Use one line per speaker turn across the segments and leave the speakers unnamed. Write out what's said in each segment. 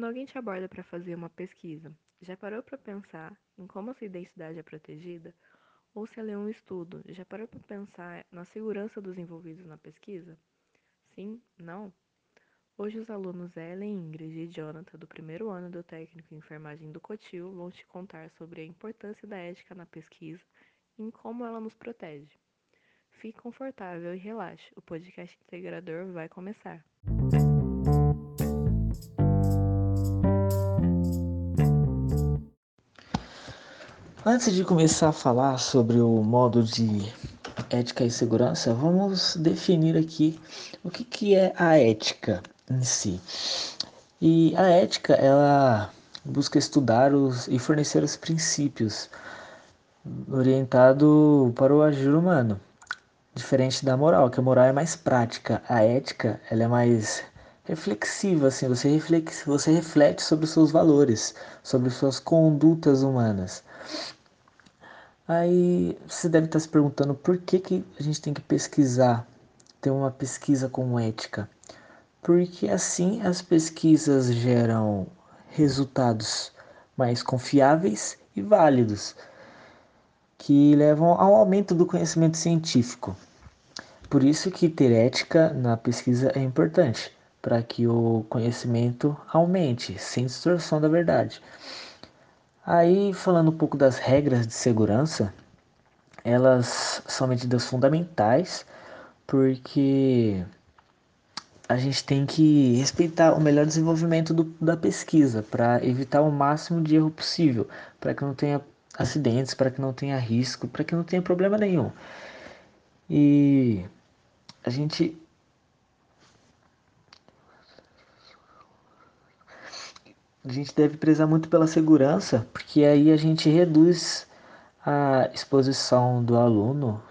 alguém te aborda para fazer uma pesquisa, já parou para pensar em como a sua identidade é protegida? Ou se ela é um estudo, já parou para pensar na segurança dos envolvidos na pesquisa? Sim? Não? Hoje os alunos Ellen, Ingrid e Jonathan do primeiro ano do técnico em enfermagem do Cotil vão te contar sobre a importância da ética na pesquisa e em como ela nos protege. Fique confortável e relaxe, o podcast integrador vai começar.
Antes de começar a falar sobre o modo de ética e segurança, vamos definir aqui o que é a ética em si. E a ética, ela busca estudar e fornecer os princípios orientado para o agir humano, diferente da moral, que a moral é mais prática, a ética ela é mais reflexiva, assim, você reflete sobre os seus valores, sobre suas condutas humanas. Aí você deve estar se perguntando por que a gente tem que pesquisar, ter uma pesquisa com ética. Porque assim as pesquisas geram resultados mais confiáveis e válidos, que levam ao aumento do conhecimento científico. Por isso que ter ética na pesquisa é importante, para que o conhecimento aumente, sem distorção da verdade. Aí, falando um pouco das regras de segurança, elas são medidas fundamentais porque a gente tem que respeitar o melhor desenvolvimento da pesquisa para evitar o máximo de erro possível, para que não tenha acidentes, para que não tenha risco, para que não tenha problema nenhum. E a gente a gente deve prezar muito pela segurança, porque aí a gente reduz a exposição do aluno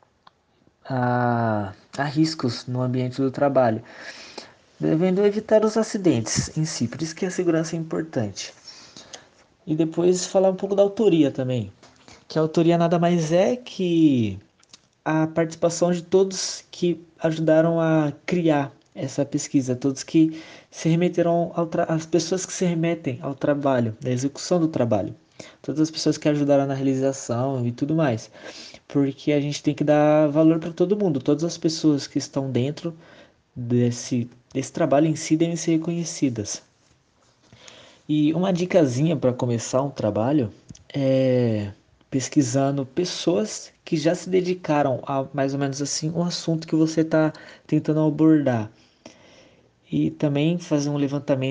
a riscos no ambiente do trabalho, devendo evitar os acidentes em si. Por isso que a segurança é importante. E depois falar um pouco da autoria também, que a autoria nada mais é que a participação de todos que ajudaram a criar essa pesquisa, todos que se remeteram as pessoas que se remetem ao trabalho, da execução do trabalho, todas as pessoas que ajudaram na realização e tudo mais, porque a gente tem que dar valor para todo mundo, todas as pessoas que estão dentro desse trabalho em si devem ser reconhecidas. E uma dicasinha para começar um trabalho é pesquisando pessoas que já se dedicaram a mais ou menos assim um assunto que você está tentando abordar. E também fazer um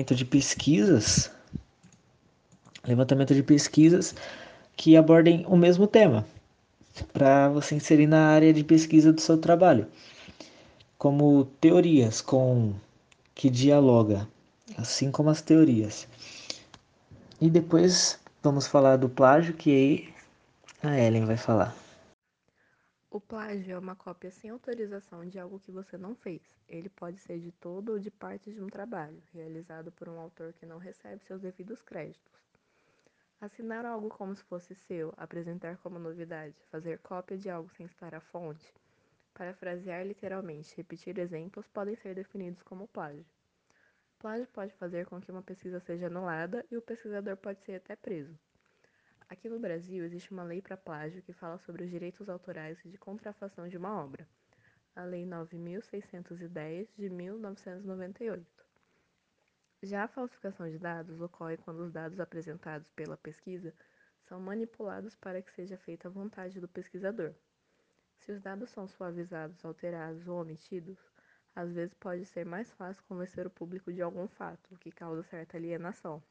levantamento de pesquisas que abordem o mesmo tema, para você inserir na área de pesquisa do seu trabalho, como teorias com que dialoga, assim como as teorias. E depois vamos falar do plágio, que aí a Ellen vai falar.
O plágio é uma cópia sem autorização de algo que você não fez. Ele pode ser de todo ou de parte de um trabalho, realizado por um autor que não recebe seus devidos créditos. Assinar algo como se fosse seu, apresentar como novidade, fazer cópia de algo sem citar a fonte, parafrasear literalmente, repetir exemplos podem ser definidos como plágio. Plágio pode fazer com que uma pesquisa seja anulada e o pesquisador pode ser até preso. Aqui no Brasil existe uma lei para plágio que fala sobre os direitos autorais de contrafação de uma obra, a Lei 9.610 de 1998. Já a falsificação de dados ocorre quando os dados apresentados pela pesquisa são manipulados para que seja feita a vontade do pesquisador. Se os dados são suavizados, alterados ou omitidos, às vezes pode ser mais fácil convencer o público de algum fato, o que causa certa alienação.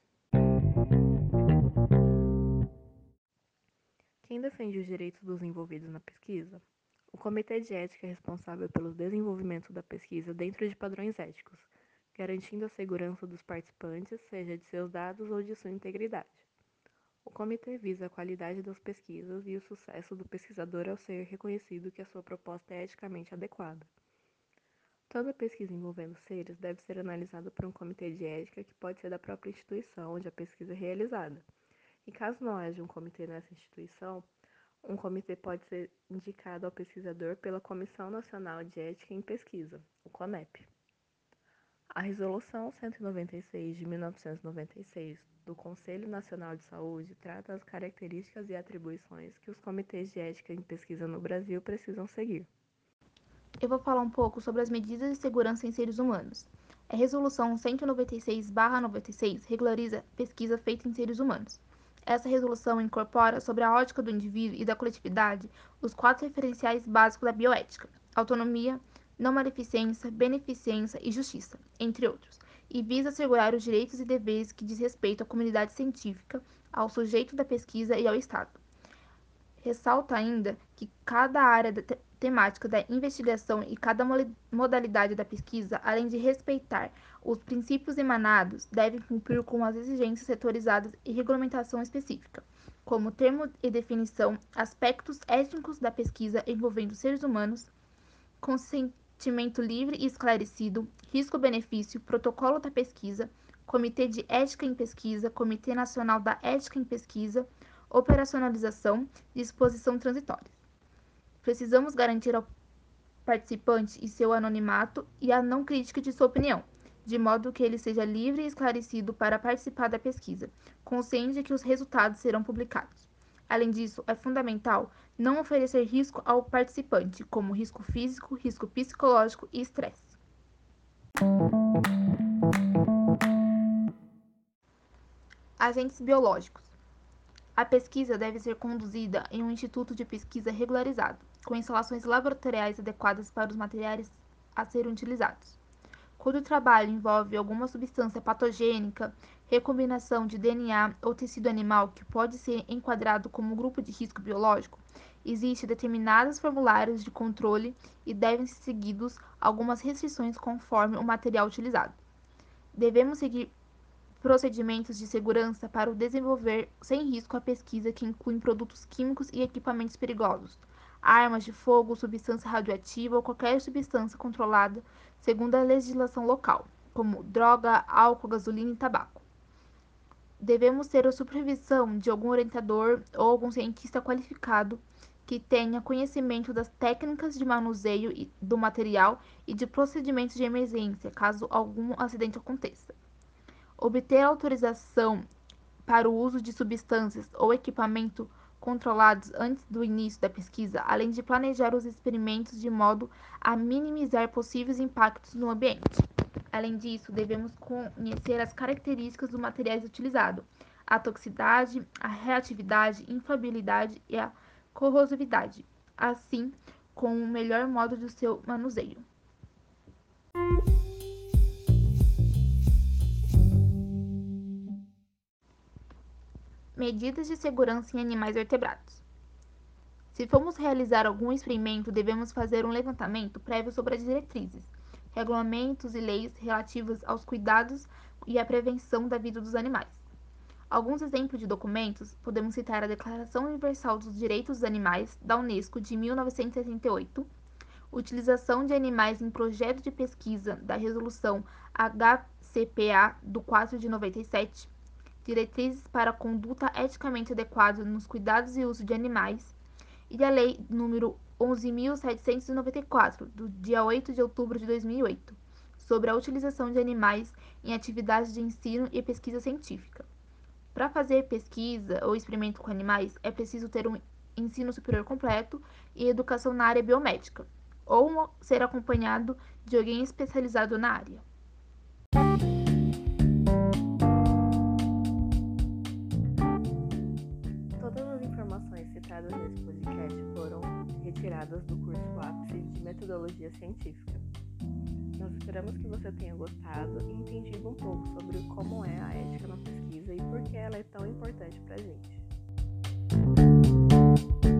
Quem defende os direitos dos envolvidos na pesquisa? O Comitê de Ética é responsável pelo desenvolvimento da pesquisa dentro de padrões éticos, garantindo a segurança dos participantes, seja de seus dados ou de sua integridade. O comitê visa a qualidade das pesquisas e o sucesso do pesquisador ao ser reconhecido que a sua proposta é eticamente adequada. Toda pesquisa envolvendo seres deve ser analisada por um comitê de ética que pode ser da própria instituição onde a pesquisa é realizada. E caso não haja um comitê nessa instituição, um comitê pode ser indicado ao pesquisador pela Comissão Nacional de Ética em Pesquisa, o CONEP. A Resolução 196 de 1996 do Conselho Nacional de Saúde trata as características e atribuições que os comitês de ética em pesquisa no Brasil precisam seguir.
Eu vou falar um pouco sobre as medidas de segurança em seres humanos. A Resolução 196/96 regulariza pesquisa feita em seres humanos. Essa resolução incorpora, sobre a ótica do indivíduo e da coletividade, os 4 referenciais básicos da bioética: autonomia, não maleficência, beneficência e justiça, entre outros, e visa assegurar os direitos e deveres que diz respeito à comunidade científica, ao sujeito da pesquisa e ao Estado. Ressalta ainda que cada área temática da investigação e cada modalidade da pesquisa, além de respeitar os princípios emanados, devem cumprir com as exigências setorizadas e regulamentação específica, como termo e definição, aspectos étnicos da pesquisa envolvendo seres humanos, consentimento livre e esclarecido, risco-benefício, protocolo da pesquisa, Comitê de Ética em Pesquisa, Comitê Nacional da Ética em Pesquisa, operacionalização e disposição transitórias. Precisamos garantir ao participante e seu anonimato e a não crítica de sua opinião, de modo que ele seja livre e esclarecido para participar da pesquisa, consciente de que os resultados serão publicados. Além disso, é fundamental não oferecer risco ao participante, como risco físico, risco psicológico e estresse. Agentes biológicos. A pesquisa deve ser conduzida em um instituto de pesquisa regularizado, com instalações laboratoriais adequadas para os materiais a serem utilizados. Quando o trabalho envolve alguma substância patogênica, recombinação de DNA ou tecido animal que pode ser enquadrado como grupo de risco biológico, existem determinados formulários de controle e devem ser seguidos algumas restrições conforme o material utilizado. Devemos seguir procedimentos de segurança para o desenvolver sem risco a pesquisa que incluem produtos químicos e equipamentos perigosos, armas de fogo, substância radioativa ou qualquer substância controlada segundo a legislação local, como droga, álcool, gasolina e tabaco. Devemos ter a supervisão de algum orientador ou algum cientista qualificado que tenha conhecimento das técnicas de manuseio do material e de procedimentos de emergência, caso algum acidente aconteça. Obter autorização para o uso de substâncias ou equipamento controlados antes do início da pesquisa, além de planejar os experimentos de modo a minimizar possíveis impactos no ambiente. Além disso, devemos conhecer as características dos materiais utilizados, a toxicidade, a reatividade, inflabilidade e a corrosividade, assim como o melhor modo de seu manuseio. Medidas de segurança em animais vertebrados. Se formos realizar algum experimento, devemos fazer um levantamento prévio sobre as diretrizes, regulamentos e leis relativas aos cuidados e à prevenção da vida dos animais. Alguns exemplos de documentos podemos citar a Declaração Universal dos Direitos dos Animais, da Unesco, de 1968, utilização de animais em projeto de pesquisa, da Resolução HCPA, do 4 de 97, diretrizes para a conduta eticamente adequada nos cuidados e uso de animais, e a Lei nº 11.794, do dia 8 de outubro de 2008, sobre a utilização de animais em atividades de ensino e pesquisa científica. Para fazer pesquisa ou experimento com animais, é preciso ter um ensino superior completo e educação na área biomédica, ou ser acompanhado de alguém especializado na área.
Todas as informações citadas nesse podcast foram retiradas do curso ápice de Metodologia Científica. Nós esperamos que você tenha gostado e entendido um pouco sobre como é a ética na pesquisa e por que ela é tão importante para a gente.